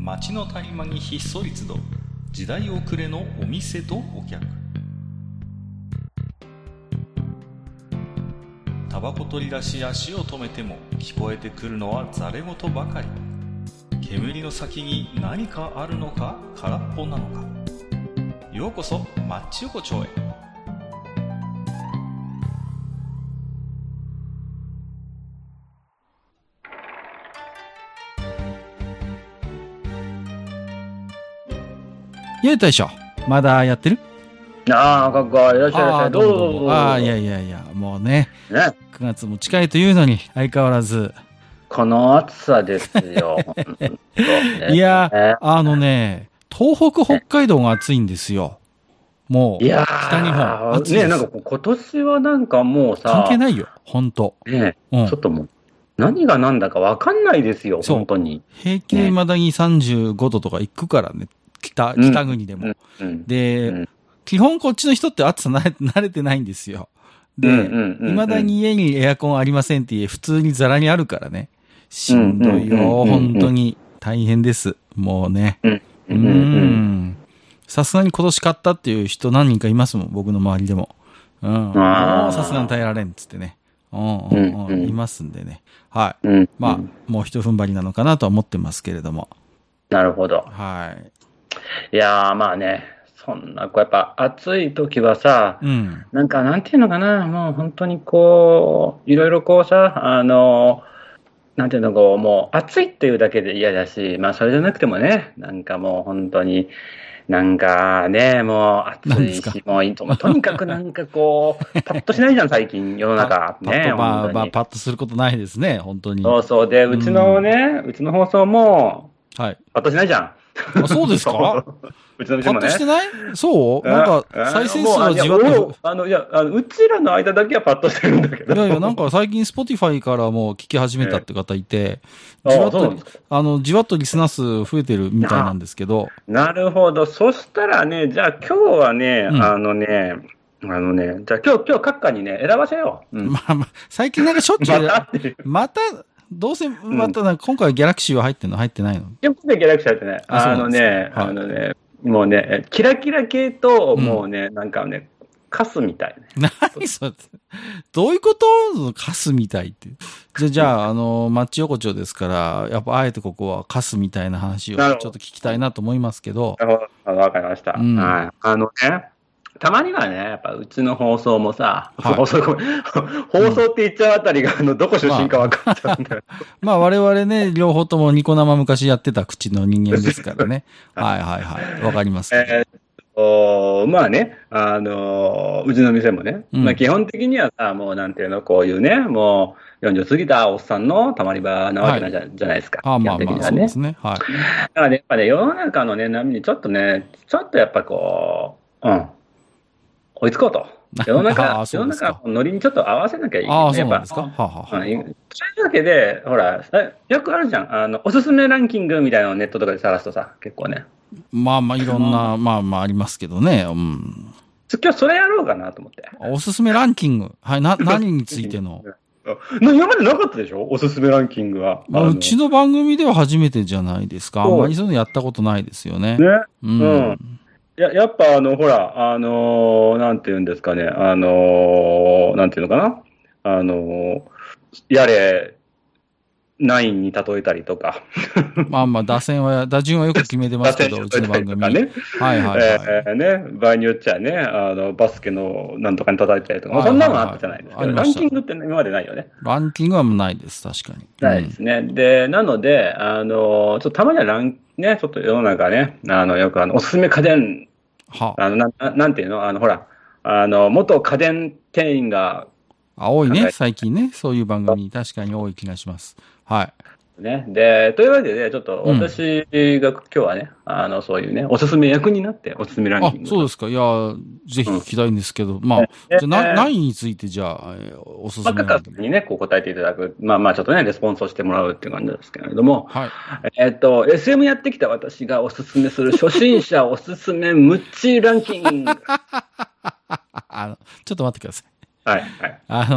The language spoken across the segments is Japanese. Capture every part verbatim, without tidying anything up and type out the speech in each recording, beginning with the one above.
街の谷間にひっそり集う時代遅れのお店とお客。タバコ取り出し足を止めても聞こえてくるのはざれ言ばかり。煙の先に何かあるのか空っぽなのか。ようこそマッチ横丁へ。 ゆう大将、まだやってる？ ああ、かっこいらっしゃいらっしゃい。どうぞどうぞどうぞ。 ああ、いやいやいや、もうね、 ね。 くがつも近いというのに、相変わらず。 この暑さですよ。ね、 いや、ね、あのね、東北、北海道が暑いんですよ。もう、 いや北日本、暑いです。 ね、なんか今年はなんかもうさ、 関係ないよ、ほんと。 ね、うん、ちょっともう、何が何だか分かんないですよ、本当に。 平均で未だにさんじゅうごどとか行くからね。北、北国でも。うんうん、で、うん、基本こっちの人って暑さ慣れ、慣れてないんですよ。で、うんうんうんうん、未だに家にエアコンありませんって言え、普通にザラにあるからね。しんどいよ、うんうんうんうん、本当に大変です。もうね。うんうんうん。さすがに今年買ったっていう人何人かいますもん、僕の周りでも。うん。もうさすがに耐えられんっつってね。うんうんうん。いますんでね。はい。うんうん、まあ、もう一踏ん張りなのかなとは思ってますけれども。 なるほど。 はい。 いやー、まあね、そんな、こうやっぱ暑い時はさ、うん、なんかなんていうのかな、もう本当にこう、いろいろこうさ、あの、なんていうの、こう、もう暑いっていうだけで嫌だし、まあそれじゃなくてもね、なんかもう本当に、なんかね、もう暑いし、もういいと、とにかくなんかこう、パッとしないじゃん、最近、世の中。ね、 まあ、まあ、パッとすることないですね、本当に。 そうそう。で、うちのね、うん、うちの放送も、はい。パッとしないじゃん。 あ、そうですかうちの店もね。 パッとしてない？そうなんか、再生数はじわっと。 あの、いや、あの、うちらの間だけはパッとしてるんだけど。 いやいや、なんか最近 Spotify からも聞き始めたって方いて、えー、じわっと、あの、じわっとリスナー数増えてるみたいなんですけど。 なるほど。そしたらね、じゃあ今日はね、うん、あのね、あのね、じゃあ今日、今日各家にね、選ばせよう。 うん、まあまあ、最近なんかしょっちゅう、また、またどうせ、またなんか今回ギャラクシーは入ってんの入ってないの？ 今回ギャラクシー入ってない。あのね、あのね、もうね、キラキラ系と、もうね、うん、なんかね、カスみたい、 ね。何それ？どういうこと？カスみたいって。じゃ、じゃあ、あの、マッチ横丁ですから、やっぱあえてここはカスみたいな話をちょっと聞きたいなと思いますけど。 なるほど。わかりました。うん、はい。あのね、たまにはね、やっぱうちの放送もさ、はい、放送、放送って言っちゃうあたりが、あの、どこ出身か分かっちゃうんだよ。 まあ、まあ、我々ね、両方ともニコ生昔やってた口の人間ですからね。はいはいはい。わかりますけど。えーおまあね、あのー、うちの店もね、うん、まあ基本的にはさ、もうなんていうの、こういうね、もうよんじゅう過ぎたおっさんのたまり場なわけじゃ、はい、じゃないですか。 あまあまあ、そうですね。はい。 だからね、やっぱね、世の中のね、波にちょっとね、ちょっとやっぱこう、うん、追いつこうと。世の中、世の中のノリにちょっと合わせなきゃいけない。 ああ、そうなんですか。はあはあ、 というわけで、ほら、よくあるじゃん。あの、おすすめランキングみたいなのをネットとかで探すとさ、結構ね。 まあまあ、いろんな、まあまあありますけどね。うん。 今日それやろうかなと思って。 おすすめランキング。はい、な、何についての今までなかったでしょおすすめランキングは。 まあ、うちの番組では初めてじゃないですか。あんまりそういうのやったことないですよね。 ね。うん。うんややっぱあのほらあのー、なんていうんですかねあのー、なんていうのかなあのー、やれナインに例えたりとかまあまあ打線は打順はよく決めてますけどうちの番組ねはいはいはい、 えー、ね場合によっちゃねあのバスケのなんとかに叩いたりとか、まあ、そんなのあったじゃないですか、はいはいはい、ランキングって今までないよね。 ランキングはないです確かにないですね、うん、でなのであのちょっとたまにはランねちょっと世の中ねあのよくあのおすすめ家電はあの な, なんていうのあのほらあの元家電店員が多いね最近ねそういう番組確かに多い気がしますはいね、でというわけでちょっと私が今日はね、うん、あのそういうねおすすめ役になっておすすめランキングあそうですかいやぜひ聞きたいんですけど、うん、まあ、えー、じゃあ何についてじゃあおすすめランキング、 まあ、各にねこう答えていただくまあまあちょっとねレスポンスをしてもらうっていう感じですけれども、はい、えっと エスエム やってきた私がおすすめする初心者おすすめムッチランキングあのちょっと待ってくださいはいはいあの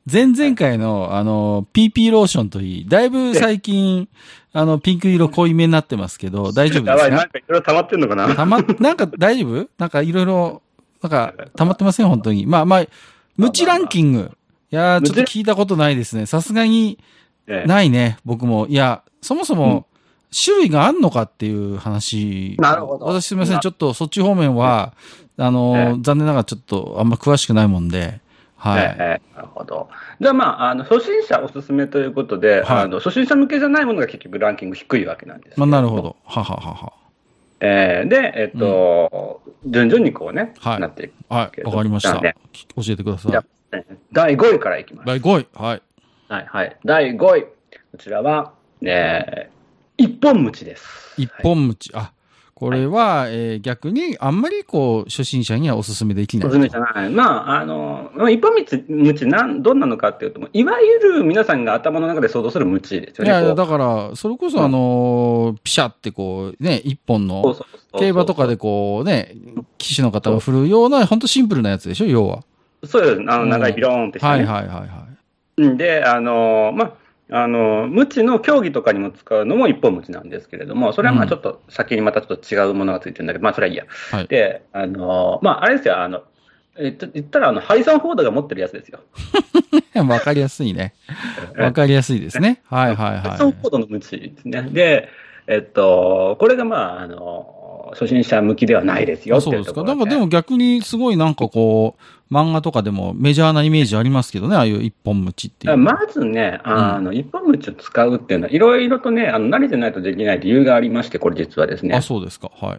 前々回の、あの、ピーピー ローションといい、だいぶ最近、あの、ピンク色濃いめになってますけど、大丈夫ですか？やばい、 なんかいろいろ溜まってんのかな？ 溜ま、なんか大丈夫？なんかいろいろ、なんか溜まってません？本当に。まあまあ、無知ランキング。いやー、ちょっと聞いたことないですね。さすがに、ないね、僕も。いや、そもそも、種類があんのかっていう話。 なるほど。 私すみません、ちょっとそっち方面は、あの、残念ながらちょっとあんま詳しくないもんで。はい。 えー、なるほど。じゃあまあ、あの、初心者おすすめということで、はい、あの、初心者向けじゃないものが結局ランキング低いわけなんですけど。 まあ、なるほど。はははは。 えー、で、えっと、うん、順々にこうね、 はい、 なっていく。 はい、わかりました。教えてください。 じゃあ、だいごいからいきます。 だいごい。はい。 はい、はい。だいごい。こちらは、えー、一本鞭です。 一本鞭。はい、あ、これは、はい、えー、逆にあんまりこう初心者にはお勧めできない。 お勧めじゃない。まあ、あの、一本鞭なん、どんなのかっていうと、いわゆる皆さんが頭の中で想像する鞭ですよね。 いや、だから、それこそあの、うん、ピシャってこう、ね、一本の、競馬とかでこうね、騎手の方が振るような、ほんとシンプルなやつでしょ、要は。 そうです。あの、長いビローンってして、ね、 はいはいはいはい。 で、あの、まあ、あの、鞭の競技とかにも使うのも一本鞭なんですけれども、それはまあちょっと先にまたちょっと違うものがついてるんだけど、うん、まあそれはいいや。はい、で、あの、まああれですよ、あの、えっと、言ったらあの、ハリソン・フォードが持ってるやつですよ。 わかりやすいね。わかりやすいですね。はいはいはい。 ハリソン・フォードの鞭ですね。で、えっと、これがまあ、あの、初心者向きではないですよっていうところで。 そうですか。なんかでも逆にすごいなんかこう、漫画とかでもメジャーなイメージありますけどね、ああいう一本鞭っていう。 まずね、あの、うん、一本鞭を使うっていうのは、いろいろとね、あの、慣れてないとできない理由がありまして、これ実はですね。 あ、そうですか。はい。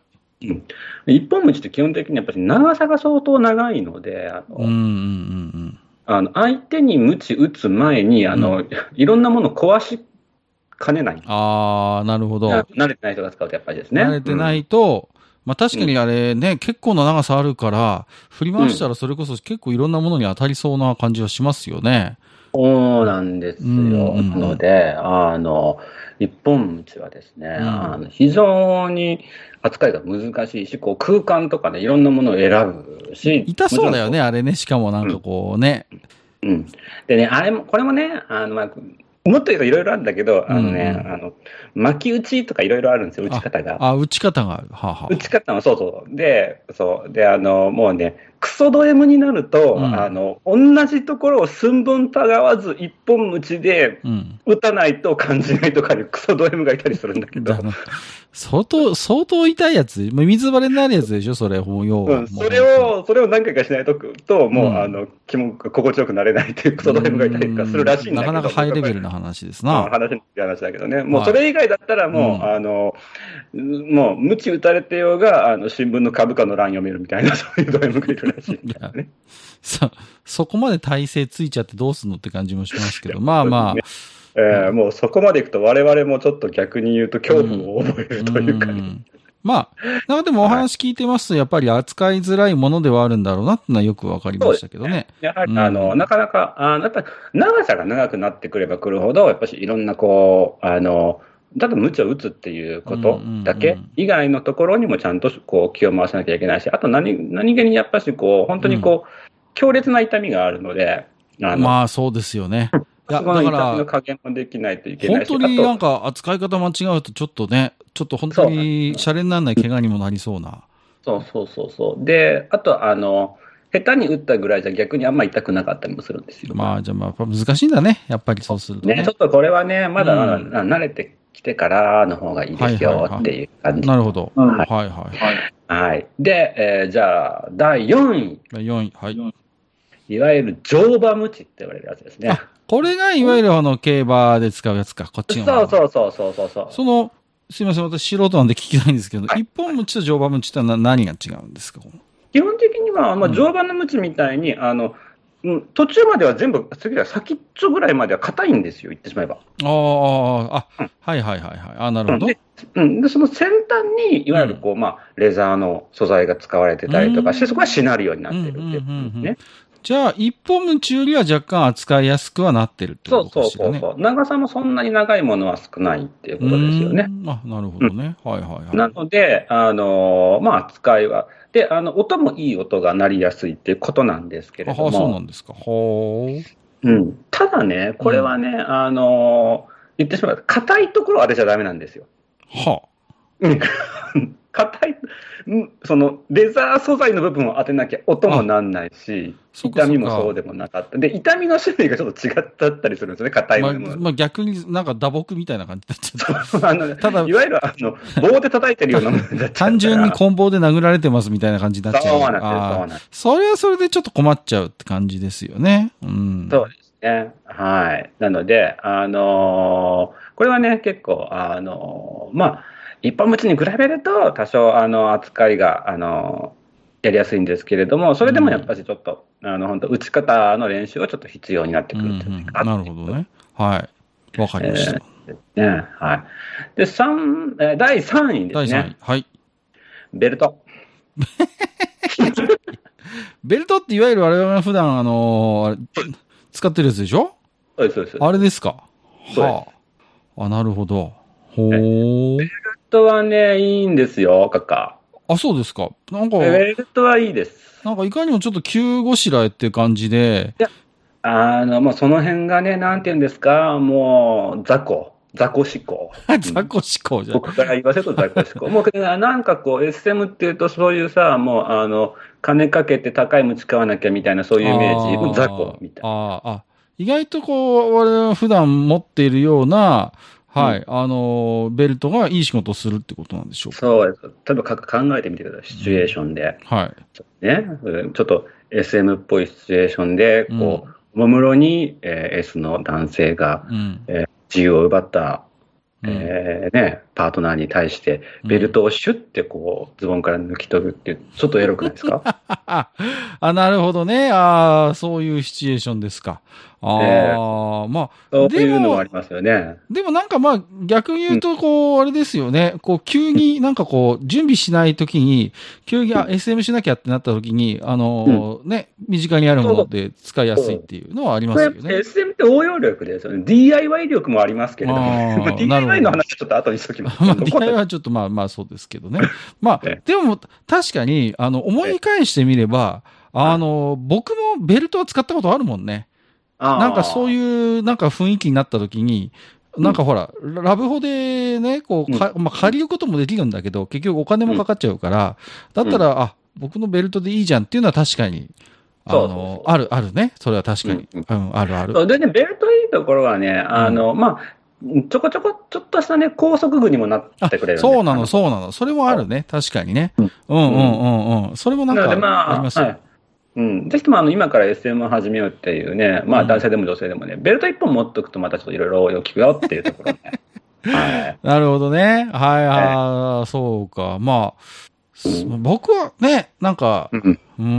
うん。一本鞭って基本的にやっぱり長さが相当長いので、あの、 うんうんうんうん。 あの、相手に鞭打つ前に、あの、うん、いろんなものを壊しかねない。 ああ、なるほど。 慣れてない人が使うとやっぱりですね。 慣れてないと、うん、まあ確かにあれね、うん、結構な長さあるから、振り回したらそれこそ結構いろんなものに当たりそうな感じはしますよね。 そうなんですよ。なので、あの、一本鞭はですね、うん、あの非常に扱いが難しいし、こう空間とかでいろんなものを選ぶし。 痛そうだよね、あれね。しかもなんかこうね。 うん。うん、でね、あれも、これもね、あの、まあ、もっと言うといろいろあるんだけど、あのね、うんうん、あの、巻き打ちとかいろいろあるんですよ、打ち方が。 あ、あ打ち方がある。はあはあ、 打ち方もそうそう。で、そう。で、あの、もうね、クソド M になると、うん、あの、同じところを寸分たがわず一本鞭で打たないと感じないとかいうクソド M がいたりするんだけど。 相当、相当痛いやつ水バレになるやつでしょそれ、もう要は。 うん、それを、それを何回かしないと、ともう、うん、あの、気も心地よくなれないっていうクソド M がいたりとかするらしいんだけど。 なかなかハイレベルな話ですな。 話の話だけどね。もうそれ以外だったらもう、はい、あの、もう、鞭打たれてようが、あの、新聞の株価の欄読めるみたいな、そういうド M がいるらしいんだよね。 そ、そこまで体勢ついちゃってどうすんのって感じもしますけど、まあまあ。ね、 えー、もうそこまでいくと我々もちょっと逆に言うと恐怖を覚えるというか、ね、うんうん、 まあ、なんかでもお話聞いてますと、やっぱり扱いづらいものではあるんだろうなっていうのはよくわかりましたけどね。ねやはり、うん、あの、なかなか、あやっぱり長さが長くなってくればくるほど、やっぱりいろんなこう、あの、ただ鞭を打つっていうことだけ以外のところにもちゃんとこう気を回さなきゃいけないし、あと何、何気にやっぱしこう、本当にこう、うん、強烈な痛みがあるので、 あのまあそうですよね。 いや、だから、痛みの加減もできないといけないし。 本当になんか扱い方間違うとちょっとね、ちょっと本当にシャレにならない怪我にもなりそうな。 そうそうそうそう。で、あとあの、下手に打ったぐらいじゃ逆にあんま痛くなかったりもするんですよ。 まあじゃあまあ難しいんだね。やっぱりそうするとね。 ね、ちょっとこれはね、まだまだ、うん、慣れてきてからの方がいいですよっていう感じ。 なるほど。はい、はいはいはい。はい。で、えー、じゃあ、だいよんい。 だいよんい。はい。 いわゆる乗馬鞭って言われるやつですね。 これがいわゆるあの競馬で使うやつか、こっちの。 そうそうそうそうそうそう。 その、すいません、私素人なんで聞きたいんですけど、はい、一本鞭と乗馬鞭ってのは何が違うんですか？ 基本的には、まあ、乗馬の鞭みたいに、うん、あの、途中までは全部、次は先っちょぐらいまでは硬いんですよ、言ってしまえば。 ああ、あ、うん、はいはいはいはい。あ、なるほど。 で、うん、でその先端に、いわゆるこう、うん、まあ、レザーの素材が使われてたりとかして、そこはしなるようになってるっていうね。 じゃあ、一本鞭よりは若干扱いやすくはなってるってことですかね。 そうそうそう。長さもそんなに長いものは少ないっていうことですよね。 あ、なるほどね。うん、はいはいはい。 なので、あのー、まあ、扱いは、で、あの、音もいい音が鳴りやすいっていうことなんですけれども。 あ、そうなんですか。ほー。 うん。ただね、これはね、うん、あのー、言ってしまう。硬いところを当てちゃダメなんですよ。 はあ。 うん。硬い、そのレザー素材の部分を当てなきゃ音もなんないし、痛みもそうでもなかった。で、痛みの種類がちょっと違ったりするんですよね、硬いもの。 まあ、まあ、逆になんか打撲みたいな感じになっちゃった。 あの、ただ、いわゆるあの棒で叩いてるようなものになっちゃった。 単純に棍棒で殴られてますみたいな感じになっちゃう。 そうなんですよ、そうなんです。 それはそれでちょっと困っちゃうって感じですよね。うん。 そうですね。はい。なので、あのー、これはね、結構、あのー、まあ、一般無知に比べると多少あの扱いがあのやりやすいんですけれども、それでもやっぱりちょっと、うん、あの本当打ち方の練習はちょっと必要になってくるんじゃないかな、 うんうん、なるほどね。はい。わかりました。 えー、ね、はい。で、三、えー、だいさんいですね。だいさんい。 はい。 ベルト。 ベルトっていわゆる我々が普段あのー、使ってるやつでしょ？ そうです、そうです。 あれですか。 はあ。あ、なるほど。ほー。 ベルトはね、いいんですよ、カカ。 あ、そうですか。なんか、 ベルトはいいです。 なんかいかにもちょっと急ごしらえっていう感じで。 いや、あの、もうその辺がね、なんていうんですか、もう、雑魚。雑魚思考。 雑魚思考じゃん。 僕から言わせると雑魚思考。もう、なんかこう、エスエム っていうと、そういうさ、もう、あの、金かけて高いムチ買わなきゃみたいな、そういうイメージ。雑魚みたいな。 ああ、意外とこう、我々普段持っているような、はい、うん、あの、ベルトがいい仕事をするってことなんでしょうか。 そうです。例えば考えてみてください、シチュエーションで。 うん、はい。 ね、ちょっと エスエム っぽいシチュエーションで、こう、おもむろに、えー、S の男性が、うんえー、自由を奪った、うんえーね、パートナーに対して、ベルトをシュッてこう、ズボンから抜き取るっていう、ちょっとエロくないですか？ あ、なるほどね。ああ、そういうシチュエーションですか。ああ、えー、まあ、 そういうのもありますよね。 でもなんかまあ、逆に言うと、こう、あれですよね。こう、急になんかこう、準備しないときに、急に、あ、エスエム しなきゃってなったときに、あの、うん、ね、身近にあるもので使いやすいっていうのはありますよね。 エスエム って応用力ですよね。ディーアイワイ 力もありますけれども、ね、まあ、ディーアイワイ の話はちょっと後にしときます。 まあ、ディーアイワイ はちょっとまあまあそうですけどね。まあ、でも、確かに、あの、思い返してみれば、あの、僕もベルトは使ったことあるもんね。なんかそういう、なんか雰囲気になった時に、なんかほら、うん、ラブホでね、こう、かまあ、借りることもできるんだけど、結局お金もかかっちゃうから、だったら、うん、あ、僕のベルトでいいじゃんっていうのは確かに、あの、そうそうそうある、あるね。それは確かに。うん、うん、あるある。 でね、ベルトいいところはね、あの、うん、まあ、ちょこちょこ、ちょっとしたね、高速具にもなってくれるんで。 そうなの、そうなの。それもあるね。確かにね。うん、うん、うん、うん。それもなんか、ありますよ。はいうん、ぜひともあの今から エスエム を始めようっていうね、まあ男性でも女性でもね、うん、ベルト一本持っとくとまたちょっといろいろ応用効くよっていうところね。 はい、なるほどね。はい、はい、そうか。まあ、うん、僕はね、なんか、うん、うん。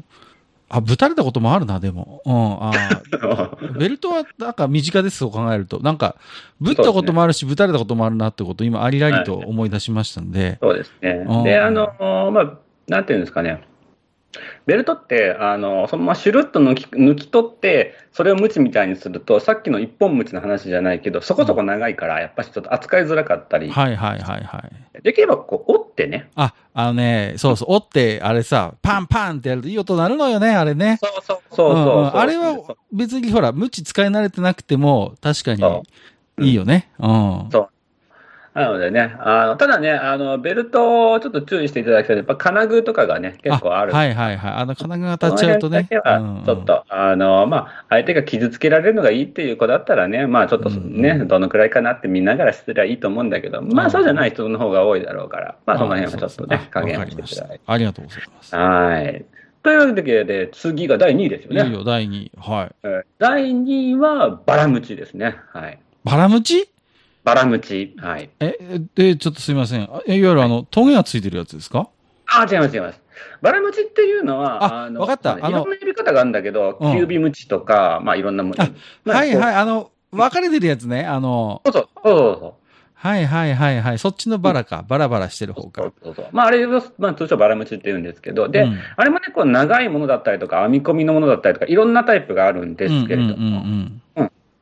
あ、ぶたれたこともあるな、でも。うん、あベルトはなんか身近です、そう考えると。なんか、ぶったこともあるし、ぶたれたこともあるなってこと、今、ありらりと思い出しましたんで。 そうですね。うん、で、あの、まあ、なんていうんですかね。ベルトって、あの、そのままシュルッと抜き、抜き取って、それをムチみたいにすると、さっきの一本ムチの話じゃないけど、そこそこ長いから、やっぱりちょっと扱いづらかったり。 はいはいはいはい。 できれば、こう、折ってね。 あ、あのね、そうそう、折って、あれさ、パンパンってやるといい音鳴るのよね、あれね。 そうそうそうそう、うんうん。 あれは別にほら、ムチ使い慣れてなくても、確かにいいよね。うん。 そう。なのでね、あの、ただね、あの、ベルトをちょっと注意していただきたいのは、やっぱ金具とかがね、結構ある。 はいはいはい。あの、金具が当たっちゃうとね。 ちょっと、あの、まあ、相手が傷つけられるのがいいっていう子だったらね、まあ、ちょっとね、うんうん、どのくらいかなって見ながらしてりゃいいと思うんだけど、まあ、そうじゃない人の方が多いだろうから、まあ、その辺はちょっとね、加減してください。 ありがとうございます。 はい。というわけで、次がだいにいですよね。 いいよ、だいにい。はい。 だいにいは、バラムチですね。はい。 バラムチ？ バラムチ。はい。 え、で、ちょっとすいません。いわゆるあの、トゲがついてるやつですか？ あ、違います、違います。バラムチっていうのは、 あ、わかった。 あの、いろんな呼び方があるんだけど、キュービムチとか、まあ、いろんなもの。 はいはい、あの、分かれてるやつね。あの、 そうそう、そうそうそう。 はいはいはいはい。そっちのバラか。バラバラしてる方か。 そうそうそう。まあ、あれ、まあ、通称バラムチって言うんですけど、で、うん、あれもね、こう、長いものだったりとか、編み込みのものだったりとか、いろんなタイプがあるんですけれども、うん。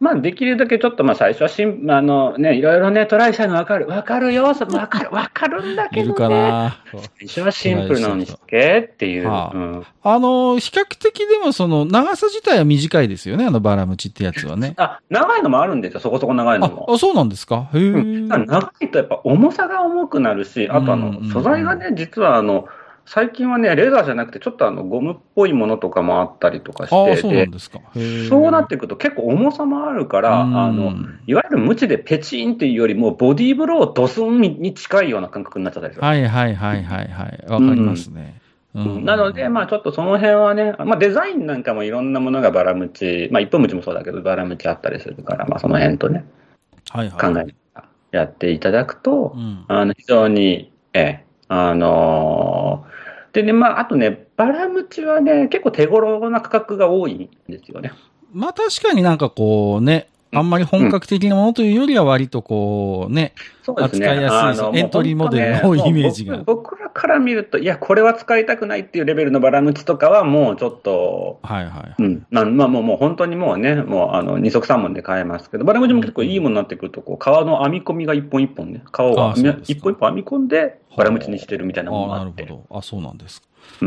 まあ、できるだけちょっと、まあ、最初はしん、あのね、いろいろね、トライしたいの分かる。分かるよ。わかる、分かるんだけどね。いるかな。最初はシンプルなのにしてっていう。はあ、うん、 あの、比較的でもその、長さ自体は短いですよね、あのバラムチってやつはね。 あ、長いのもあるんですよ、そこそこ長いのも。 あ、あそうなんですか。へえ、うん。 長いとやっぱ重さが重くなるし、あとあの、うんうんうん、素材がね、実はあの、最近はね、レザーじゃなくて、ちょっとあの、ゴムっぽいものとかもあったりとかして、 あそうなんですか。 へそうなっていくと結構重さもあるから、あの、いわゆるムチでペチンっていうよりも、ボディーブロードスンに近いような感覚になっちゃったりする。 はいはいはいはいはい。わかりますね。 うんうん、なので、まあちょっとその辺はね、まあデザインなんかもいろんなものがバラムチ、まあ一本ムチもそうだけど、バラムチあったりするから、まあその辺とね、はいはい、考えてやっていただくと、うん、あの非常に、ええ、あのー、でね、まあ、あとね、バラムチはね、結構手頃な価格が多いんですよね。 まあ確かになんかこうね、あんまり本格的なものというよりは割とこうね、うん、扱いやすい、エントリーモデルの多いイメージが、 ね、僕, 僕らから見ると、いや、これは使いたくないっていうレベルのバラムチとかはもうちょっと、 はいはい、 うん。まあ、まあ、もうもう本当にもうね、もうあの二足三門で買えますけど、バラムチも結構いいものになってくると、こう、革の編み込みが一本一本ね、革を一本一本編み込んで、バラムチにしてるみたいなものがあって。 あ、なるほど。あ、そうなんですか。 うん。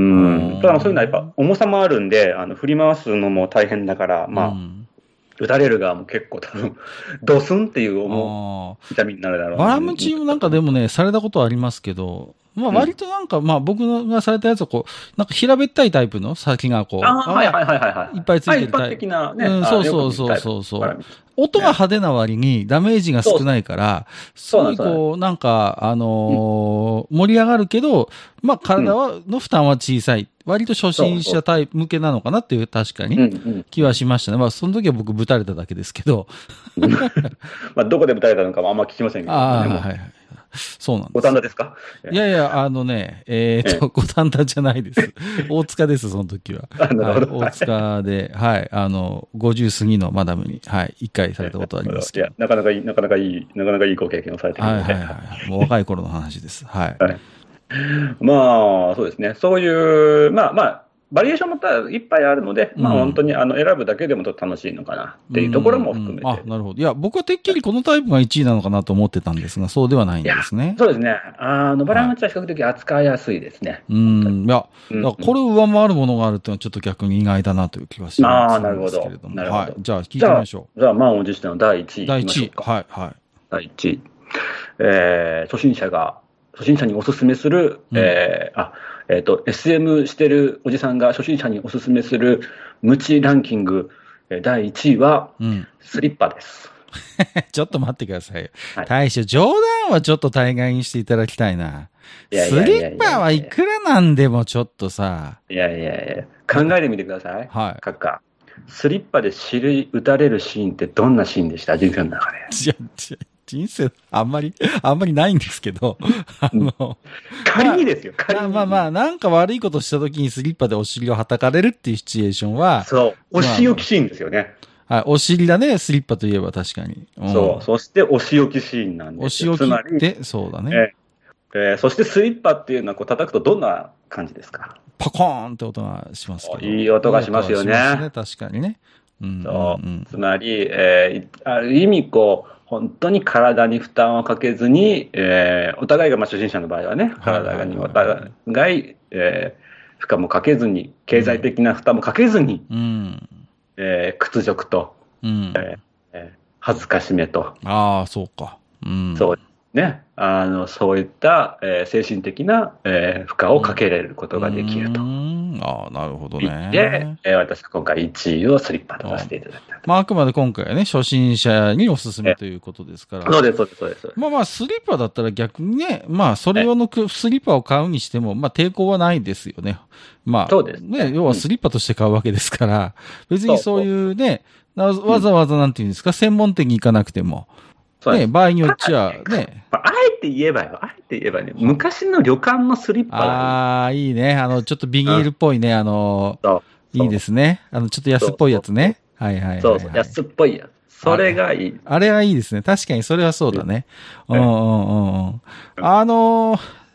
ただそういうのはやっぱ重さもあるんで、あの振り回すのも大変だから、まあ、うん、打たれる側も結構多分、ドスンっていう重い痛みになるだろう、ね。 バラムチもなんかでもね、されたことはありますけど、まあ割となんか、うん、まあ僕がされたやつはこう、なんか平べったいタイプの先がこう、 あはいはいはいはい。 いっぱいついてるタイプ。 一般的なね。 うん、そうそうそうそうそう。音が派手な割にダメージが少ないから、すごいこう、なんか、あのー、盛り上がるけど、まあ体は、の負担は小さい。割と初心者タイプ向けなのかなっていう確かに気はしましたね。まあその時は僕ぶたれただけですけど。 まあどこでぶたれたのかもあんま聞きませんけど、ね。 ああ、はいはい。そうなんです。 五反田ですか？ いやいや、あのね、えっ、ー、と、五反田じゃないです。大塚です、その時は。 なるほど。 はい、大塚で、はい、あの、ごじゅう過ぎのマダムに、はい、一回されたことありますけど。いや、 なかなかいい、なかなかいい、なかなかいいご経験をされてるので。 はいはいはい。もう若い頃の話です。はい。はい、 まあ、そうですね。そういう、まあまあ、バリエーションもいっぱいあるので、うん、まあ本当にあの選ぶだけでもちょっと楽しいのかなっていうところも含めて。うんうん、 あ、なるほど。いや、僕はてっきりこのタイプがいちいなのかなと思ってたんですが、そうではないんですね。 そうですね。あの、バラムチは比較的扱いやすいですね。 はい、うん。いや、うん、これを上回るものがあるっていうのはちょっと逆に意外だなという気がしますけれども。ああ、なるほど。なるほど。はい。じゃあ聞いてみましょう。じゃあ、満を持してのだいいちい。 だいいちい。はいはい。 だいいちい。えー、初心者が、初心者におすすめする、うん、えー、あ、えっ、ー、と、エスエム してるおじさんが初心者におすすめするムチランキングだいいちいは、うん、スリッパです。 ちょっと待ってくださいよ。はい、大将、冗談はちょっと大概にしていただきたいな。スリッパはいくらなんでもちょっとさ。 いやいやいや、考えてみてください。はい。閣下。スリッパで尻打たれるシーンってどんなシーンでした？人生の中で。 いや、人生、あんまり、あんまりないんですけど、あの、 仮にですよ、仮に。 まあまあ、なんか悪いことした時にスリッパでお尻を叩かれるっていうシチュエーションは、 そう、お仕置きシーンですよね。 はい、お尻だね、スリッパといえば確かに。 うん、そう、そしてお仕置きシーンなんですよ。 お仕置きって、そうだね。 えーえー、そしてスリッパっていうのはこう叩くとどんな感じですか？ パコーンって音がしますけど。 いい音がしますよね。いい音がしますね、確かにね。 うん、そう、うん、つまり、えー、ある意味こう、本当に体に負担をかけずに、えー、お互いが、まあ、初心者の場合はね、体にお互い、えー、負荷もかけずに、経済的な負担もかけずに、うんえー、屈辱と、うんえー、恥ずかしめと。 ああ、そうか。 うん、そうね。あの、そういった、えー、精神的な、えー、負荷をかけれることができると。 うんああ、なるほどね。 で、えー、私は今回いちいをスリッパとさせていただいた。 まあ、あくまで今回はね、初心者におすすめということですから。 そうです、そうです、そうです。 まあまあ、スリッパだったら逆にね、まあ、それ用のスリッパを買うにしても、まあ、抵抗はないですよね。まあ、 そうですね。 要はスリッパとして買うわけですから、うん、別にそういうね、わざわざなんていうんですか、専門店に行かなくても、ね、場合によっちゃね。 あえて言えばよ、あえて言えばね、昔の旅館のスリッパがいい。 ああ、いいね。あの、ちょっとビニールっぽいね、あの、いいですね。あの、ちょっと安っぽいやつね。はいはいはい。 そうそう、安っぽいやつ。それがいい。 あれはいいですね。確かにそれはそうだね。うんうんうんうん。あの、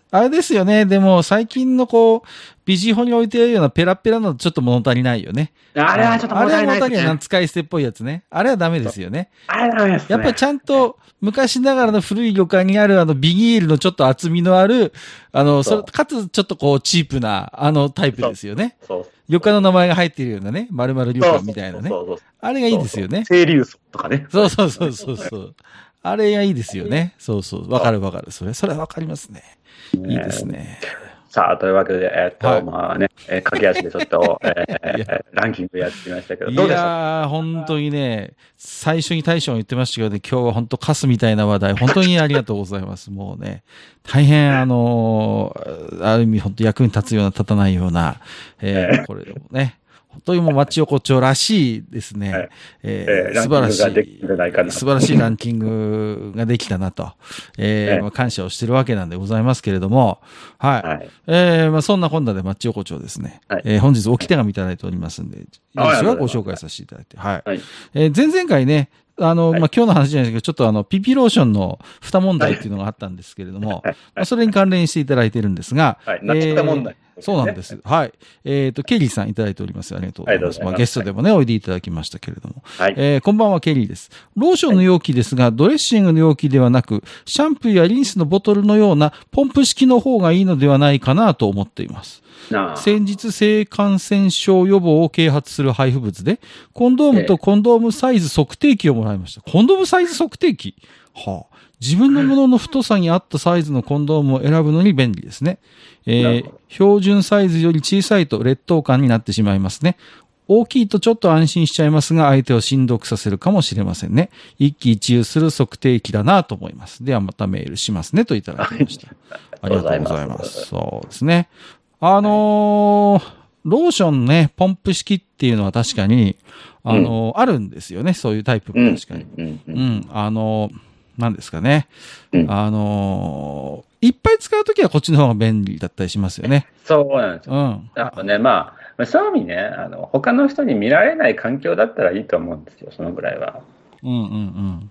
あれですよね。でも最近のこう、ビジホに置いてあるようなペラペラのちょっと物足りないよね。 あれはちょっと物足りないですね。 あれは物足りない。使い捨てっぽいやつね。あれはダメですよね。 あれダメですね。 やっぱりちゃんと昔ながらの古い旅館にあるあのビニールのちょっと厚みのある、あの、それ、かつちょっとこうチープなあのタイプですよね。そう。そう旅館の名前が入っているようなね。〇〇旅館みたいなね。そうそうそうそうあれがいいですよね。 清流層とかね。 そうそうそうそうそう。あれがいいですよね。そうそう。わかるわかる。それ、それはわかりますね。いいですね。 さあ、というわけで、えっと、はい、まあね、えー、駆け足でちょっと、えー、ランキングやってみましたけど、どうでした？いやー、本当にね、最初に大将が言ってましたけどね、今日は本当カスみたいな話題、本当にありがとうございます。もうね、大変、あのー、ある意味本当役に立つような、立たないような、えー、これでもね、本当にもう町横丁らしいですね。はい、えー、素晴らしい、素晴らしいランキングができたなと、えーまあ、感謝をしてるわけなんでございますけれども、はい。はい、えー、まあ、そんなこんなで町横丁ですね。はい、えー、本日置き手紙いただいておりますんで、私はご紹介させていただいて、はい。はい、えー、前々回ね、あの、はい、まあ、今日の話じゃないですけど、ちょっとあの、ピピローションの蓋問題っていうのがあったんですけれども、はいまあ、それに関連していただいてるんですが、 はい、ナチタ問題。 そうなんです。はい。えっ、ー、と、ケリーさんいただいております。ありがとうございます。まあ、ゲストでもね、おいでいただきましたけれども。はい。えー、こんばんは、ケリーです。ローションの容器ですが、ドレッシングの容器ではなく、シャンプーやリンスのボトルのようなポンプ式の方がいいのではないかなと思っています。先日、性感染症予防を啓発する配布物で、コンドームとコンドームサイズ測定器をもらいました。コンドームサイズ測定器はあ。自分のものの太さに合ったサイズのコンドームを選ぶのに便利ですね。えー、標準サイズより小さいと劣等感になってしまいますね。大きいとちょっと安心しちゃいますが、相手をしんどくさせるかもしれませんね。一喜一憂する測定器だなと思います。ではまたメールしますねといただきました。ありがとうございます。そうですね。あのー、ローションね、ポンプ式っていうのは確かに、あのーうん、あるんですよね。そういうタイプも確かに。うん、うんうん、あのー、なんですかね。うん、あのー、いっぱい使うときはこっちの方が便利だったりしますよね。 そうなんですよ。うん。あとね、まあ、そういう意味ね、あの、他の人に見られない環境だったらいいと思うんですよ、そのぐらいは。 うんうんうん。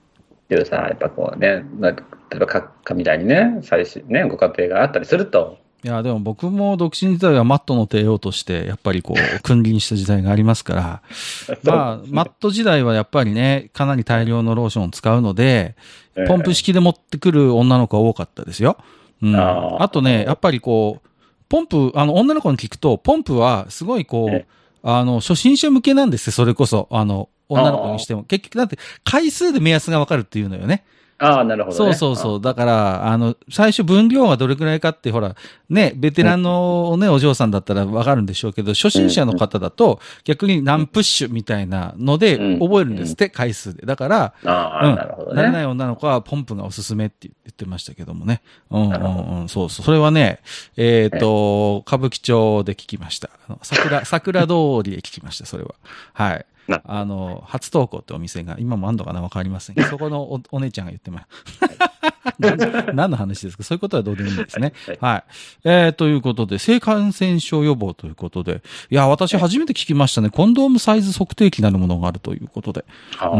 けどさ、やっぱこうね、例えば閣下みたいにね、最初ね、ご家庭があったりすると、 いや、でも僕も独身時代はマットの帝王として、やっぱりこう、君臨した時代がありますから、まあ、マット時代はやっぱりね、かなり大量のローションを使うので、ポンプ式で持ってくる女の子が多かったですよ。うん。あ, あとね、やっぱりこう、ポンプ、あの、女の子に聞くと、ポンプはすごいこう、あの、初心者向けなんですよ、それこそ。あの、女の子にしても。結局、だって、回数で目安がわかるっていうのよね。 ああ、なるほど、 ね。そうそうそう。だから、あの、最初分量がどれくらいかって、ほら、ね、ベテランのね、お嬢さんだったらわかるんでしょうけど、初心者の方だと、逆に何プッシュみたいなので覚えるんですって、回数で。だから、 ああ、なるほどね。 慣れない女の子はポンプがおすすめって言ってましたけどもね。うんうんうん、そうそう。それはね、えっと、歌舞伎町で聞きました。桜、桜通りで聞きました、それは。はい。あの、初投稿ってお店が、今もあんのかなわかりませんけど、そこの お, お姉ちゃんが言ってます。何, 何の話ですか？そういうことはどうでもいいんですね。はい。えー、ということで、性感染症予防ということで、いや、私初めて聞きましたね。コンドームサイズ測定器なるものがあるということで。うん。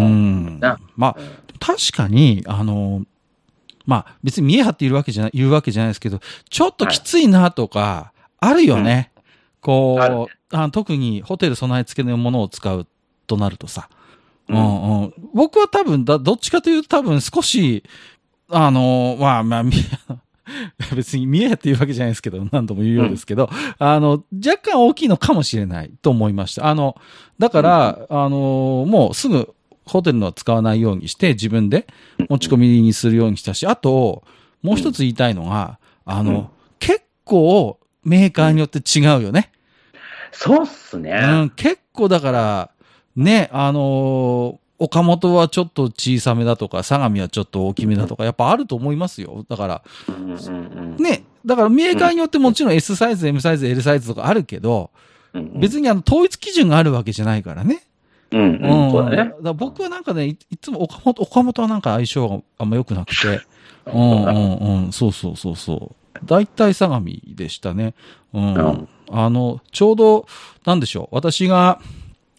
まあ、確かに、あの、まあ、別に見え張っているわけじゃない、言うわけじゃないですけど、ちょっときついなとか、あるよね。うん、こう、あ、特にホテル備え付けのものを使うとなるとさ。うんうん、僕は多分だ、どっちかというと多分少し、あの、まあまあ、別に見えっていうわけじゃないですけど、何度も言うようですけど、うん、あの、若干大きいのかもしれないと思いました。あの、だから、うん、あの、もうすぐホテルのは使わないようにして自分で持ち込みにするようにしたし、あと、もう一つ言いたいのが、あの、うん、結構メーカーによって違うよね。 そうっすね。 うん、結構だから、ね、あのー、岡本はちょっと小さめだとか、相模はちょっと大きめだとか、やっぱあると思いますよ。だから、ね、だからメーカーによってもちろん S サイズ、M サイズ、L サイズとかあるけど、別にあの統一基準があるわけじゃないからね。 うん、うん、そうだね。だから僕はなんかね、い, いつも岡本、岡本はなんか相性があんま良くなくて、うんうんうん、そうそうそうそう。大体相模でしたね。うん。あの、ちょうど、なんでしょう、私が、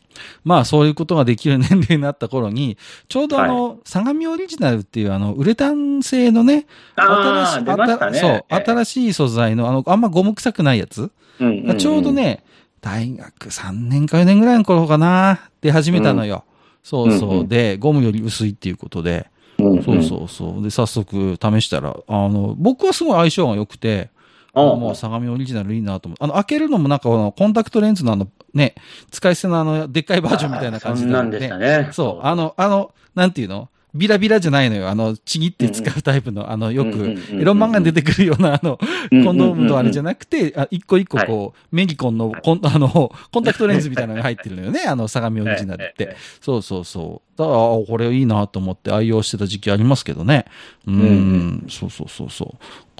まあそういうことができる年齢になった頃に、ちょうどあの、はい、相模オリジナルっていうあの、ウレタン製のね、 新しい、出ましたね、 そう、新しい素材のあの、あんまゴム臭くないやつ、うんうんうん、ちょうどね、大学さんねんかよねんぐらいの頃かな、で始めたのよ。うん、そうそう、うんうん。で、ゴムより薄いっていうことで、うんうん、そうそうそう。で、早速試したら、あの、僕はすごい相性が良くて、あもう相模オリジナルいいなと思って。あの、開けるのもなんかあの、コンタクトレンズのあの、ね、使い捨てのあの、でっかいバージョンみたいな感じで、ね。 そんなんでしたね。 そう。あの、あの、なんていうのビラビラじゃないのよ。あの、ちぎって使うタイプの、うん、あの、よく、エロ漫画に出てくるような、あの、コンドームのあれじゃなくて、あ一個一個こう、はい、メギコンのコン、あの、コンタクトレンズみたいなのが入ってるのよね。あの、相模オリジナルって。そうそうそう。だから、これいいなと思って愛用してた時期ありますけどね。うん、うん、そうそうそうそう。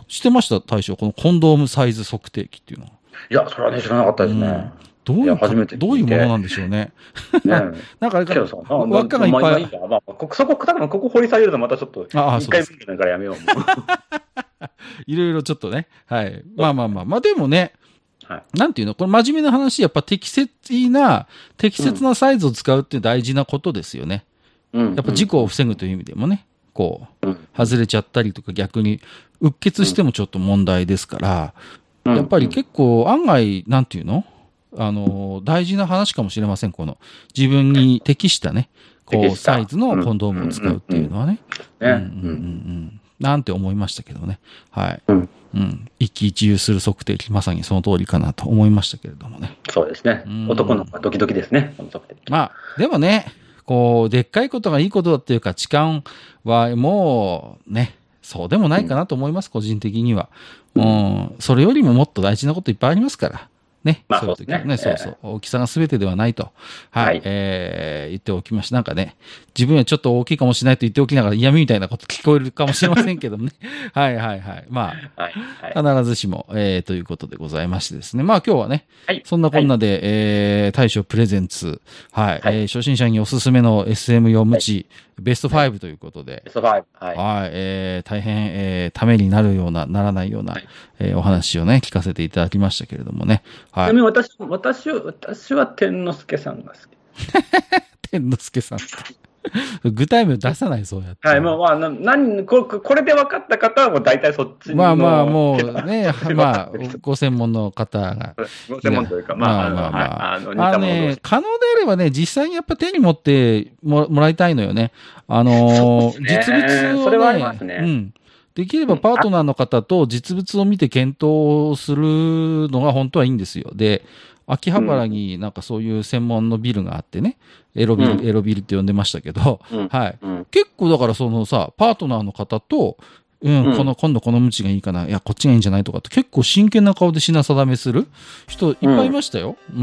知ってました大将、このコンドームサイズ測定器っていうのは。 いや、それはね、知らなかったですね。うんどういう、初めてどういうものなんでしょうね。ねなんかあれか、輪っかがいっぱい。 まあ、そこ、多分ここ掘り下げるとまたちょっと、一回分だからやめよう。 いろいろちょっとね。はい。まあまあまあ。まあでもね、はい、なんていうのこれ真面目な話、やっぱ適切な、適切なサイズを使うって大事なことですよね。うん、やっぱ事故を防ぐという意味でもね、こう、うん、外れちゃったりとか逆に、うっ血してもちょっと問題ですから、うん、やっぱり結構案外、なんていうのあの、大事な話かもしれません。この、自分に適したね、こう、サイズのコンドームを使うっていうのはね。なんて思いましたけどね。はい。うん。うん。一喜一憂する測定器、まさにその通りかなと思いましたけれどもね。 そうですね。男の子はドキドキですね、この測定器。 まあ、でもね、こう、でっかいことがいいことだっていうか、痴漢はもう、ね、そうでもないかなと思います、うん、個人的には。うん。それよりももっと大事なこといっぱいありますから。ね。 まあ、そうですね。 ね、そうそう。大きさが全てではないと。はい。はい、えー、言っておきました。なんかね、自分はちょっと大きいかもしれないと言っておきながら嫌味みたいなこと聞こえるかもしれませんけどもね。はいはいはい。まあ、はいはい、必ずしも、えー、ということでございましてですね。まあ今日はね、はい、そんなこんなで、はい、えー、大将プレゼンツ、はい、はい、えー、初心者におすすめの エスエム 用ムチ、はいベストごということで。 ベストご。はい。 はい。えー、大変、えー、ためになるような、ならないような、はい、えー、お話をね、聞かせていただきましたけれどもね。 はい。ちなみに私、私は、私は天之助さんが好き。 天之助さん。具体名出さない、そうやって。 はい、まあ、まあ、な、何、これ、これで分かった方はもう大体そっちの。 まあまあ、もうね、まあ、ご専門の方が。 ご専門というか、まあ、 まあまあまあ。あの、あのね、可能であればね、実際にやっぱ手に持ってもらいたいのよね。あの、実物をね、 それはありますね。 うん。できればパートナーの方と実物を見て検討するのが本当はいいんですよ。で、秋葉原になんかそういう専門のビルがあってね、エロビル、うん、エロビルって呼んでましたけど、うん、はい、うん。結構だからそのさ、パートナーの方と、うん、うん、この、今度このムチがいいかな、いや、こっちがいいんじゃないとかって結構真剣な顔で品定めする人いっぱいいましたよ。うん、うん、うん。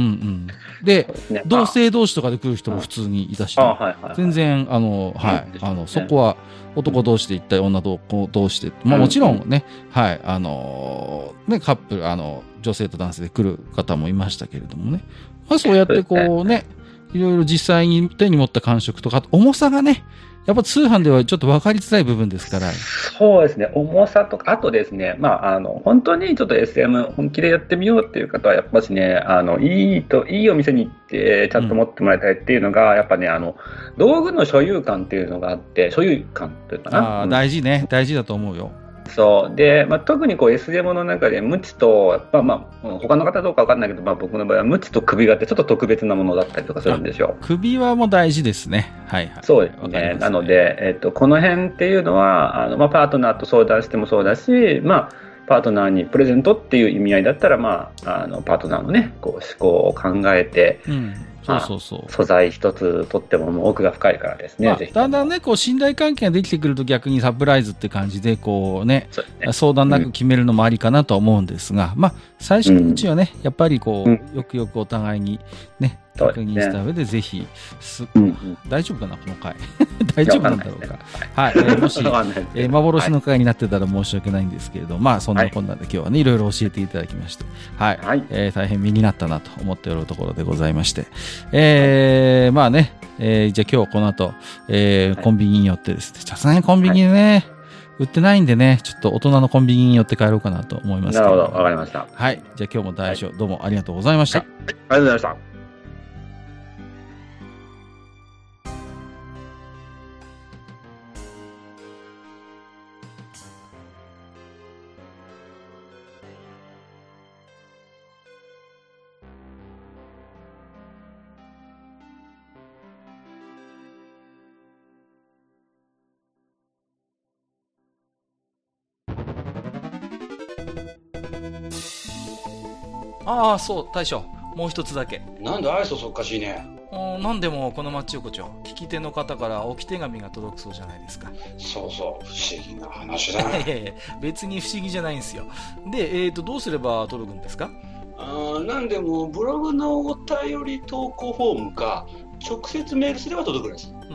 で、ね、同性同士とかで来る人も普通にいたし、ね、はいはいはい、全然、あの、はい、あの、そこは男同士で行ったり女同士で、まあもちろんね、はい、あの、ね、カップル、あの、女性と男性で来る方もいましたけれどもね。まあそうやってこうね、いろいろ実際に手に持った感触とか、重さがね、やっぱ通販ではちょっと分かりづらい部分ですから。 そうですね、重さとか、あとですね、まあ、あの、本当にちょっと エスエム 本気でやってみようっていう方は、やっぱしね、あの、いいと、いいお店に行って、ちゃんと持ってもらいたいっていうのが、うん、やっぱね、あの、道具の所有感っていうのがあって、所有感というかな。 ああ、うん、大事ね、大事だと思うよ。 そうで、まあ、特にこう エスエム の中でムチと、まあまあ、他の方どうか分かんないけど、まあ、僕の場合はムチと首があってちょっと特別なものだったりとかするんですよ。 首はもう大事ですね。はいはい。 そうですね。なので、えっと、この辺っていうのはあの、まあ、パートナーと相談してもそうだし、まあ、パートナーにプレゼントっていう意味合いだったら、まあ、あのパートナーのねこう思考を考えて、うんそうそうそう。素材一つとってももう奥が深いからですね。まあ、ぜひだんだんね、こう信頼関係ができてくると逆にサプライズって感じで、こうね、ね相談なく決めるのもありかなとは思うんですが、うん、まあ、最初のうちはね、やっぱりこう、うん、よくよくお互いにね、確認した上でぜひ、すうんうん、大丈夫かな、この回。大丈夫なんだろうか。はい、えー、もし、えー、幻の回になってたら申し訳ないんですけれど、まあ、そんなこんなで今日はね、いろいろ教えていただきまして、はい、はい、えー、大変身になったなと思っておるところでございまして、えー、はい、まあね、えー、じゃあ今日この後、えーはい、コンビニに寄ってですね、さすがにコンビニでね、はい売ってないんでね、ちょっと大人のコンビニに寄って帰ろうかなと思いますけど。 なるほど、わかりました。 はい。じゃあ今日も大将、はい、どうもありがとうございました。 はい、ありがとうございました。 ああ、そう、大将。もう一つだけ。 なんで愛想そっかしいね。 なんでもこのマッチ横丁、聞き手の方から置き手紙が届くそうじゃないですか。 そうそう、不思議な話だね。 いやいや、別に不思議じゃないんですよ。で、えーと、どうすれば届くんですか？ あ、なんでもブログのお便り投稿フォームか直接メールすれば届くんです。 うん、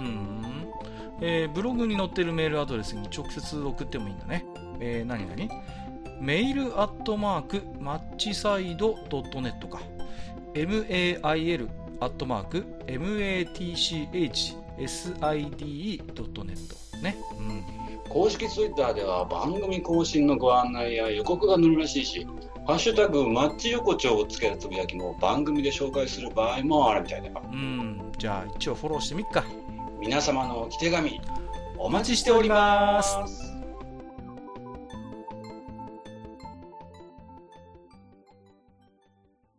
えー、ブログに載ってるメールアドレスに直接送ってもいいんだね。えー、何々メールアットマークマッチサイドドットネットか mail アットマーク matchside ドットネットね、うん、 公式ツイッターでは番組更新のご案内や予告が載るらしいし、ハッシュタグマッチ横丁をつけるつぶやきも番組で紹介する場合もあるみたいだよ。 うん、じゃあ一応フォローしてみっか。 皆様のお手紙お待ちしております。